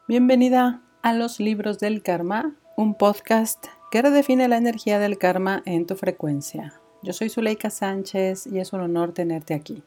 Bienvenida a Los Libros del Karma, un podcast que redefine la energía del karma en tu frecuencia. Yo soy Zuleika Sánchez y es un honor tenerte aquí.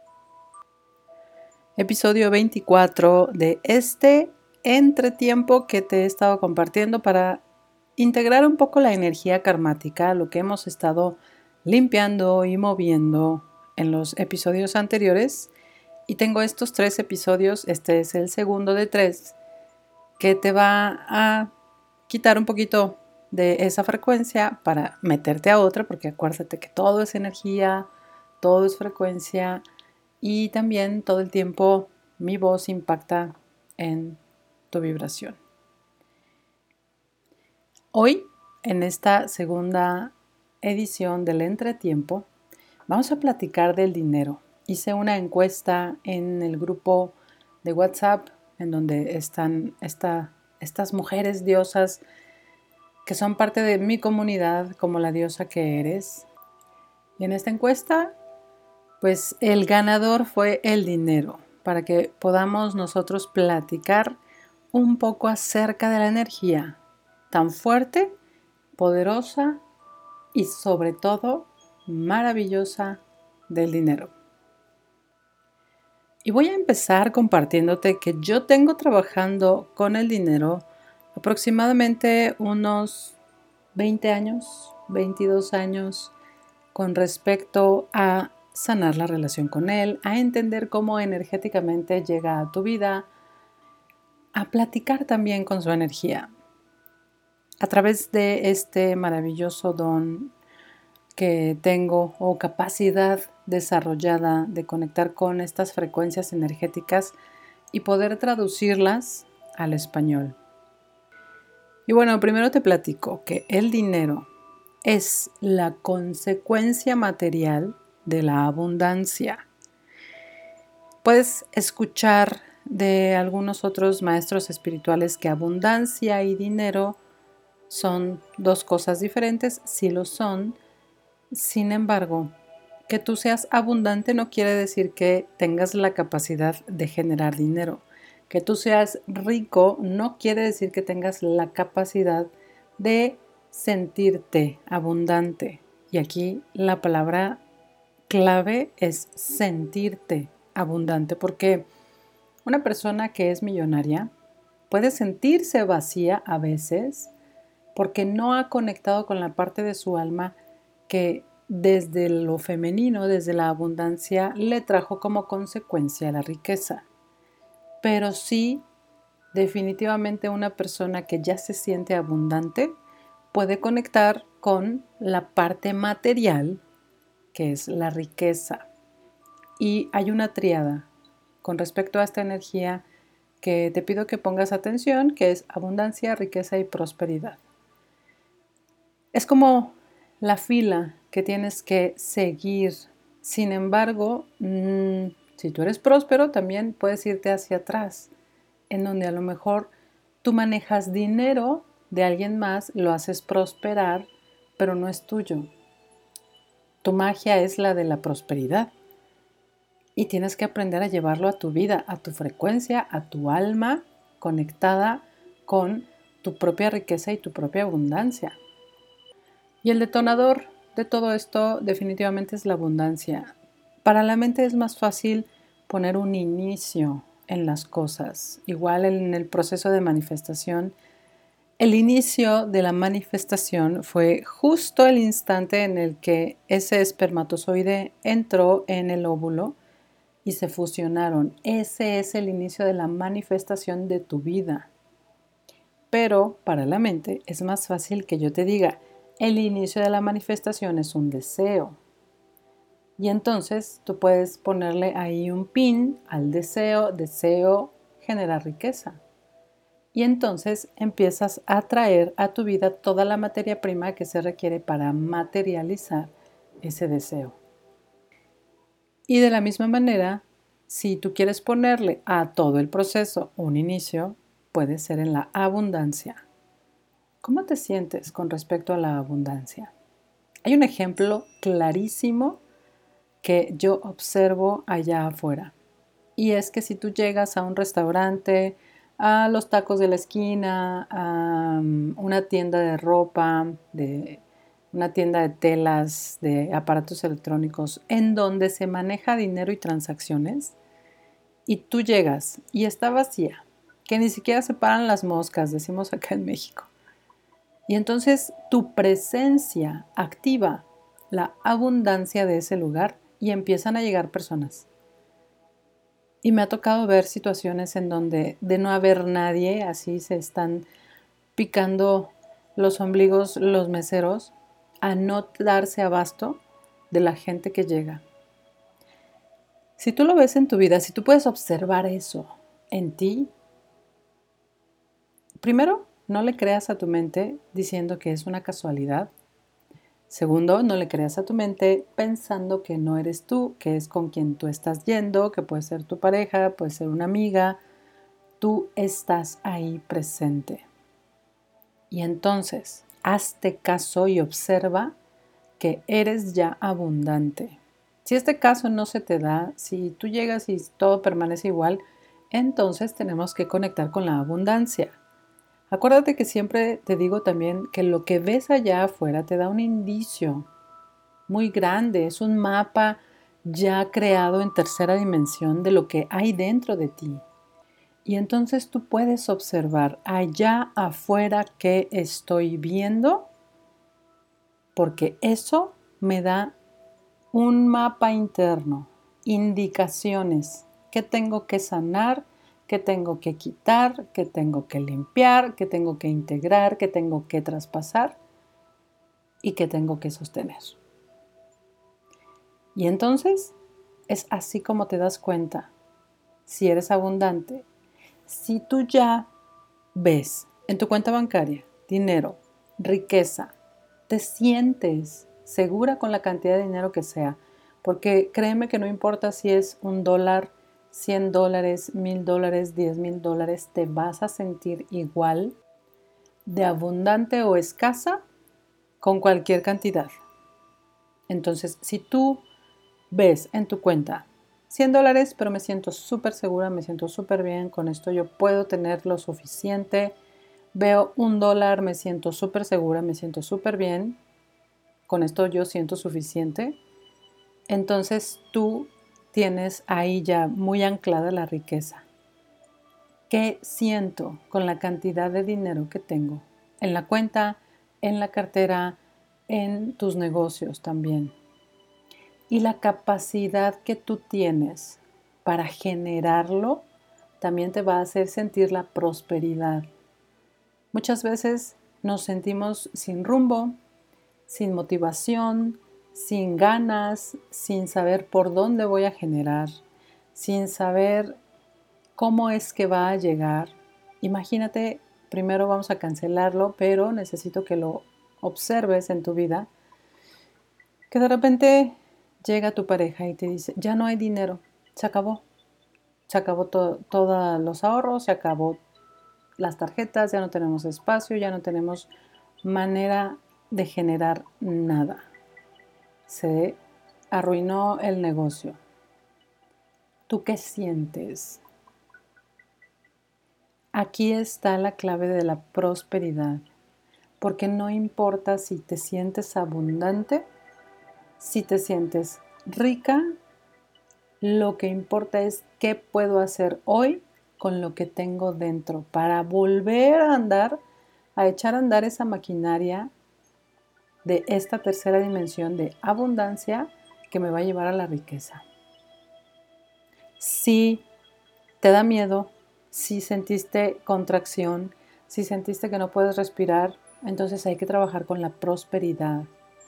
Episodio 24 de este entretiempo que te he estado compartiendo para integrar un poco la energía karmática, lo que hemos estado limpiando y moviendo en los episodios anteriores. Y tengo estos 3 episodios, este es el segundo de 3, que te va a quitar un poquito de esa frecuencia para meterte a otra, porque acuérdate que todo es energía, todo es frecuencia y también todo el tiempo mi voz impacta en tu vibración. Hoy, en esta segunda edición del entretiempo, vamos a platicar del dinero. Hice una encuesta en el grupo de WhatsApp en donde están estas mujeres diosas que son parte de mi comunidad como la diosa que eres. Y en esta encuesta, pues el ganador fue el dinero, para que podamos nosotros platicar un poco acerca de la energía tan fuerte, poderosa y sobre todo maravillosa del dinero. Y voy a empezar compartiéndote que yo tengo trabajando con el dinero aproximadamente unos 20 años, 22 años, con respecto a sanar la relación con él, a entender cómo energéticamente llega a tu vida, a platicar también con su energía. A través de este maravilloso don que tengo o capacidad desarrollada de conectar con estas frecuencias energéticas y poder traducirlas al español. Y bueno, primero te platico que el dinero es la consecuencia material de la abundancia. Puedes escuchar de algunos otros maestros espirituales que abundancia y dinero son dos cosas diferentes, sí lo son. Sin embargo, que tú seas abundante no quiere decir que tengas la capacidad de generar dinero. Que tú seas rico no quiere decir que tengas la capacidad de sentirte abundante. Y aquí la palabra clave es sentirte abundante, porque una persona que es millonaria puede sentirse vacía a veces porque no ha conectado con la parte de su alma que desde lo femenino, desde la abundancia, le trajo como consecuencia la riqueza. Pero sí, definitivamente una persona que ya se siente abundante puede conectar con la parte material, que es la riqueza. Y hay una tríada con respecto a esta energía que te pido que pongas atención, que es abundancia, riqueza y prosperidad. Es como la fila que tienes que seguir. Sin embargo, si tú eres próspero, también puedes irte hacia atrás, en donde a lo mejor tú manejas dinero de alguien más, lo haces prosperar, pero no es tuyo. Tu magia es la de la prosperidad. Y tienes que aprender a llevarlo a tu vida, a tu frecuencia, a tu alma conectada con tu propia riqueza y tu propia abundancia. Y el detonador de todo esto definitivamente es la abundancia. Para la mente es más fácil poner un inicio en las cosas. Igual en el proceso de manifestación, el inicio de la manifestación fue justo el instante en el que ese espermatozoide entró en el óvulo y se fusionaron. Ese es el inicio de la manifestación de tu vida. Pero para la mente es más fácil que yo te diga, el inicio de la manifestación es un deseo. Y entonces tú puedes ponerle ahí un pin al deseo genera riqueza. Y entonces empiezas a traer a tu vida toda la materia prima que se requiere para materializar ese deseo. Y de la misma manera, si tú quieres ponerle a todo el proceso un inicio, puede ser en la abundancia. ¿Cómo te sientes con respecto a la abundancia? Hay un ejemplo clarísimo que yo observo allá afuera. Y es que si tú llegas a un restaurante a los tacos de la esquina, a una tienda de ropa, de una tienda de telas, de aparatos electrónicos, en donde se maneja dinero y transacciones, y tú llegas y está vacía, que ni siquiera se paran las moscas, decimos acá en México. Y entonces tu presencia activa la abundancia de ese lugar y empiezan a llegar personas. Y me ha tocado ver situaciones en donde de no haber nadie, así se están picando los ombligos los meseros a no darse abasto de la gente que llega. Si tú lo ves en tu vida, si tú puedes observar eso en ti, primero, no le creas a tu mente diciendo que es una casualidad. Segundo, no le creas a tu mente pensando que no eres tú, que es con quien tú estás yendo, que puede ser tu pareja, puede ser una amiga. Tú estás ahí presente. Y entonces, hazte caso y observa que eres ya abundante. Si este caso no se te da, si tú llegas y todo permanece igual, entonces tenemos que conectar con la abundancia. Acuérdate que siempre te digo también que lo que ves allá afuera te da un indicio muy grande, es un mapa ya creado en tercera dimensión de lo que hay dentro de ti. Y entonces tú puedes observar allá afuera qué estoy viendo, porque eso me da un mapa interno, indicaciones, qué tengo que sanar, qué tengo que quitar, qué tengo que limpiar, qué tengo que integrar, qué tengo que traspasar y qué tengo que sostener. Y entonces es así como te das cuenta si eres abundante. Si tú ya ves en tu cuenta bancaria dinero, riqueza, te sientes segura con la cantidad de dinero que sea, porque créeme que no importa si es $1, $100, $1000, $10,000, te vas a sentir igual de abundante o escasa con cualquier cantidad. Entonces, si tú ves en tu cuenta $100, pero me siento súper segura, me siento súper bien, con esto yo puedo tener lo suficiente. Veo $1, me siento súper segura, me siento súper bien, con esto yo siento suficiente. Entonces tú tienes ahí ya muy anclada la riqueza. ¿Qué siento con la cantidad de dinero que tengo en la cuenta, en la cartera, en tus negocios también? Y la capacidad que tú tienes para generarlo también te va a hacer sentir la prosperidad. Muchas veces nos sentimos sin rumbo, sin motivación, sin ganas, sin saber por dónde voy a generar, sin saber cómo es que va a llegar. Imagínate, primero vamos a cancelarlo, pero necesito que lo observes en tu vida, que de repente llega tu pareja y te dice, ya no hay dinero, se acabó todos los ahorros, se acabó las tarjetas, ya no tenemos espacio, ya no tenemos manera de generar nada. Se arruinó el negocio. ¿Tú qué sientes? Aquí está la clave de la prosperidad, porque no importa si te sientes abundante, si te sientes rica, lo que importa es qué puedo hacer hoy con lo que tengo dentro para volver a andar, a echar a andar esa maquinaria de esta tercera dimensión de abundancia que me va a llevar a la riqueza. Si te da miedo, si sentiste contracción, si sentiste que no puedes respirar, entonces hay que trabajar con la prosperidad.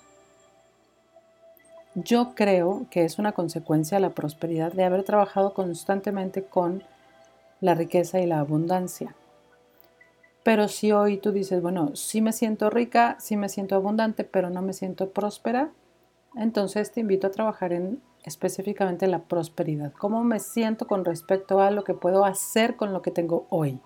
Yo creo que es una consecuencia de la prosperidad de haber trabajado constantemente con la riqueza y la abundancia. Pero si hoy tú dices, bueno, sí me siento rica, sí me siento abundante, pero no me siento próspera, entonces te invito a trabajar en específicamente la prosperidad. ¿Cómo me siento con respecto a lo que puedo hacer con lo que tengo hoy?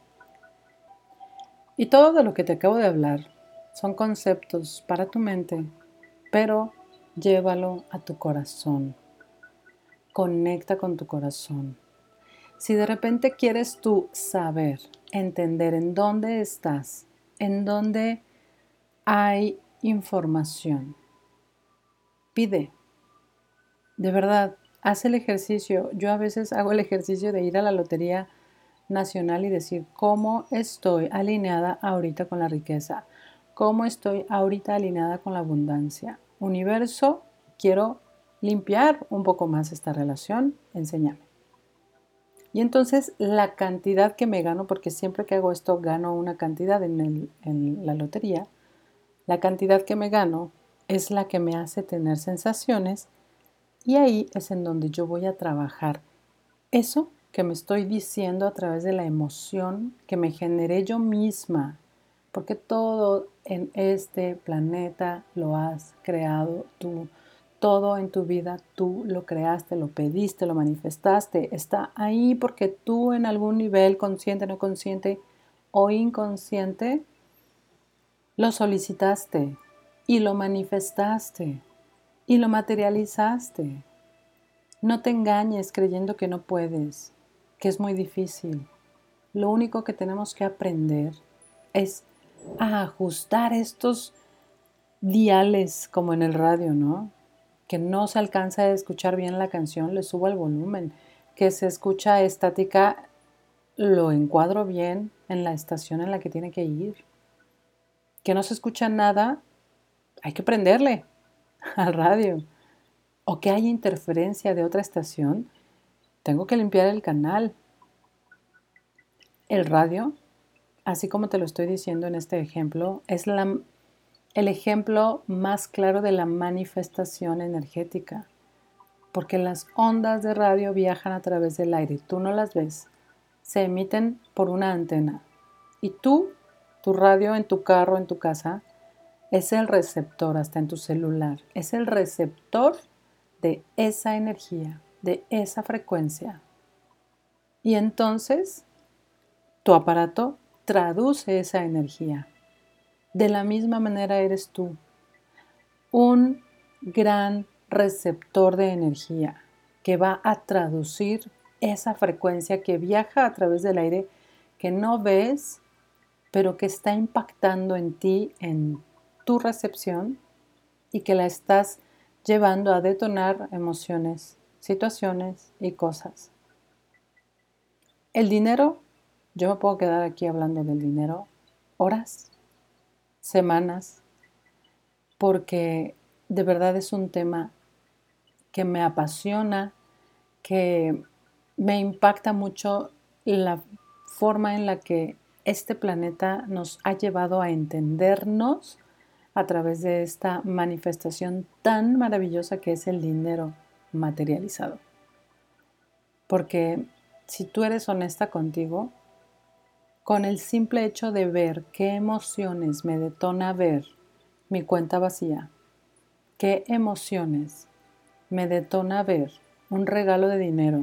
Y todo de lo que te acabo de hablar son conceptos para tu mente, pero llévalo a tu corazón. Conecta con tu corazón. Si de repente quieres tú saber entender en dónde estás, en dónde hay información. Pide, de verdad, haz el ejercicio. Yo a veces hago el ejercicio de ir a la Lotería Nacional y decir cómo estoy alineada ahorita con la riqueza, cómo estoy ahorita alineada con la abundancia. Universo, quiero limpiar un poco más esta relación, enséñame. Y entonces la cantidad que me gano, porque siempre que hago esto gano una cantidad en la lotería, la cantidad que me gano es la que me hace tener sensaciones y ahí es en donde yo voy a trabajar eso que me estoy diciendo a través de la emoción que me generé yo misma, porque todo en este planeta lo has creado tú, todo en tu vida tú lo creaste, lo pediste, lo manifestaste, está ahí porque tú en algún nivel consciente, no consciente o inconsciente lo solicitaste y lo manifestaste y lo materializaste. No te engañes creyendo que no puedes, que es muy difícil. Lo único que tenemos que aprender es a ajustar estos diales como en el radio, ¿no? Que no se alcanza a escuchar bien la canción, le subo el volumen. Que se escucha estática, lo encuadro bien en la estación en la que tiene que ir. Que no se escucha nada, hay que prenderle al radio. O que hay interferencia de otra estación, tengo que limpiar el canal. El radio, así como te lo estoy diciendo en este ejemplo, es el ejemplo más claro de la manifestación energética, porque las ondas de radio viajan a través del aire, tú no las ves, se emiten por una antena y tú, tu radio en tu carro, en tu casa, es el receptor, hasta en tu celular, es el receptor de esa energía, de esa frecuencia. Y entonces tu aparato traduce esa energía. De la misma manera eres tú, un gran receptor de energía que va a traducir esa frecuencia que viaja a través del aire, que no ves, pero que está impactando en ti, en tu recepción, y que la estás llevando a detonar emociones, situaciones y cosas. El dinero, yo me puedo quedar aquí hablando del dinero horas, semanas, porque de verdad es un tema que me apasiona, que me impacta mucho la forma en la que este planeta nos ha llevado a entendernos a través de esta manifestación tan maravillosa que es el dinero materializado. Porque si tú eres honesta contigo, con el simple hecho de ver qué emociones me detona ver mi cuenta vacía, qué emociones me detona ver un regalo de dinero,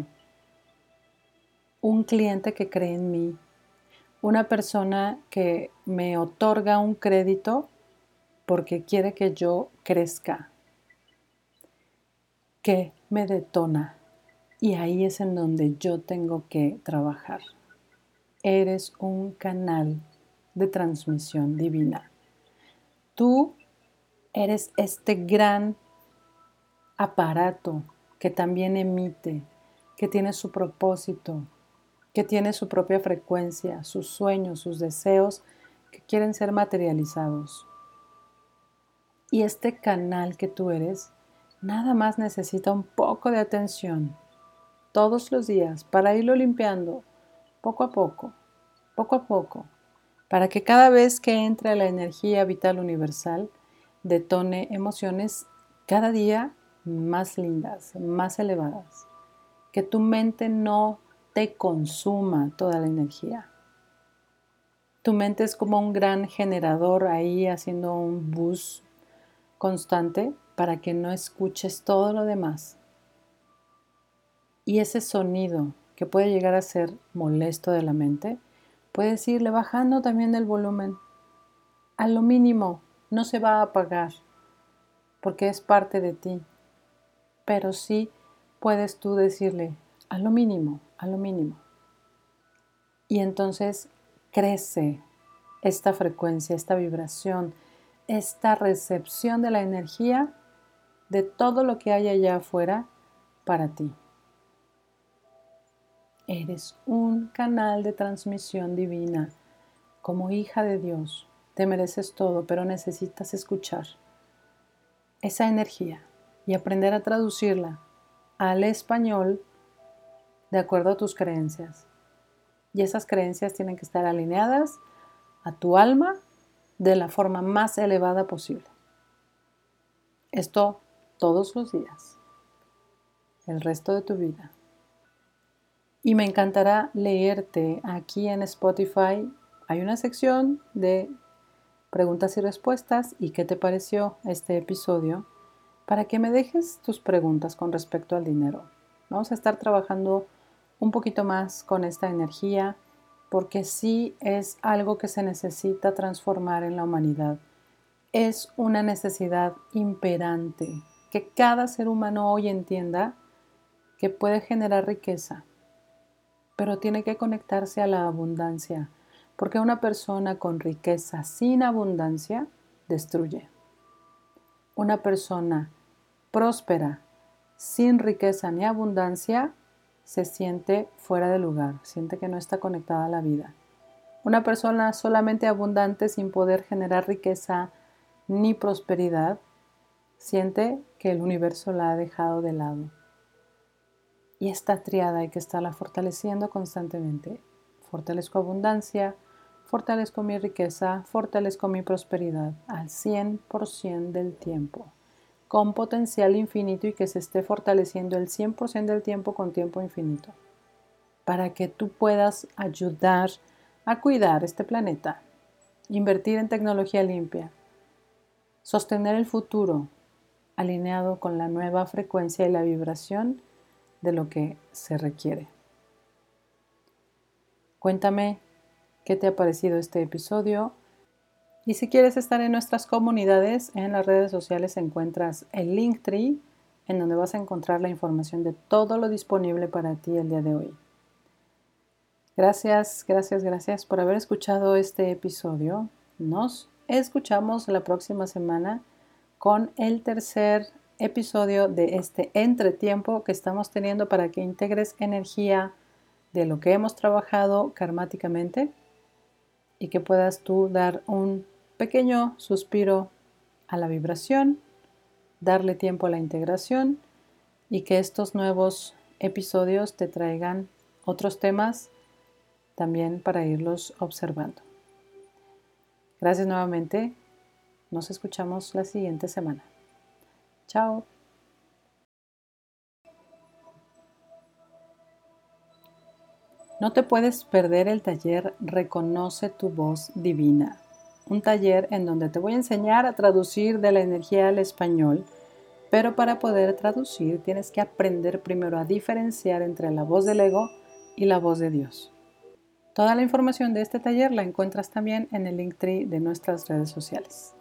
un cliente que cree en mí, una persona que me otorga un crédito porque quiere que yo crezca, que me detona. Y ahí es en donde yo tengo que trabajar. Eres un canal de transmisión divina. Tú eres este gran aparato que también emite, que tiene su propósito, que tiene su propia frecuencia, sus sueños, sus deseos que quieren ser materializados. Y este canal que tú eres nada más necesita un poco de atención todos los días para irlo limpiando poco a poco, para que cada vez que entre la energía vital universal detone emociones cada día más lindas, más elevadas. Que tu mente no te consuma toda la energía. Tu mente es como un gran generador ahí haciendo un bus constante para que no escuches todo lo demás. Y ese sonido que puede llegar a ser molesto de la mente, puedes irle bajando también el volumen. A lo mínimo, no se va a apagar porque es parte de ti. Pero sí puedes tú decirle a lo mínimo, a lo mínimo. Y entonces crece esta frecuencia, esta vibración, esta recepción de la energía de todo lo que hay allá afuera para ti. Eres un canal de transmisión divina. Como hija de Dios, te mereces todo, pero necesitas escuchar esa energía y aprender a traducirla al español de acuerdo a tus creencias. Y esas creencias tienen que estar alineadas a tu alma de la forma más elevada posible. Esto todos los días, el resto de tu vida. Y me encantará leerte aquí en Spotify. Hay una sección de preguntas y respuestas y qué te pareció este episodio para que me dejes tus preguntas con respecto al dinero. Vamos a estar trabajando un poquito más con esta energía porque sí es algo que se necesita transformar en la humanidad. Es una necesidad imperante que cada ser humano hoy entienda que puede generar riqueza, pero tiene que conectarse a la abundancia, porque una persona con riqueza sin abundancia destruye. Una persona próspera sin riqueza ni abundancia se siente fuera de lugar, siente que no está conectada a la vida. Una persona solamente abundante sin poder generar riqueza ni prosperidad siente que el universo la ha dejado de lado. Y esta triada hay que estarla fortaleciendo constantemente. Fortalezco abundancia, fortalezco mi riqueza, fortalezco mi prosperidad al 100% del tiempo, con potencial infinito y que se esté fortaleciendo el 100% del tiempo con tiempo infinito, para que tú puedas ayudar a cuidar este planeta, invertir en tecnología limpia, sostener el futuro alineado con la nueva frecuencia y la vibración de lo que se requiere. Cuéntame qué te ha parecido este episodio y si quieres estar en nuestras comunidades, en las redes sociales encuentras el Linktree en donde vas a encontrar la información de todo lo disponible para ti el día de hoy. Gracias por haber escuchado este episodio. Nos escuchamos la próxima semana con el tercer episodio de este entretiempo que estamos teniendo para que integres energía de lo que hemos trabajado karmáticamente y que puedas tú dar un pequeño suspiro a la vibración, darle tiempo a la integración y que estos nuevos episodios te traigan otros temas también para irlos observando. Gracias nuevamente. Nos escuchamos la siguiente semana. Chao. No te puedes perder el taller Reconoce tu voz divina, un taller en donde te voy a enseñar a traducir de la energía al español, pero para poder traducir tienes que aprender primero a diferenciar entre la voz del ego y la voz de Dios. Toda la información de este taller la encuentras también en el Linktree de nuestras redes sociales.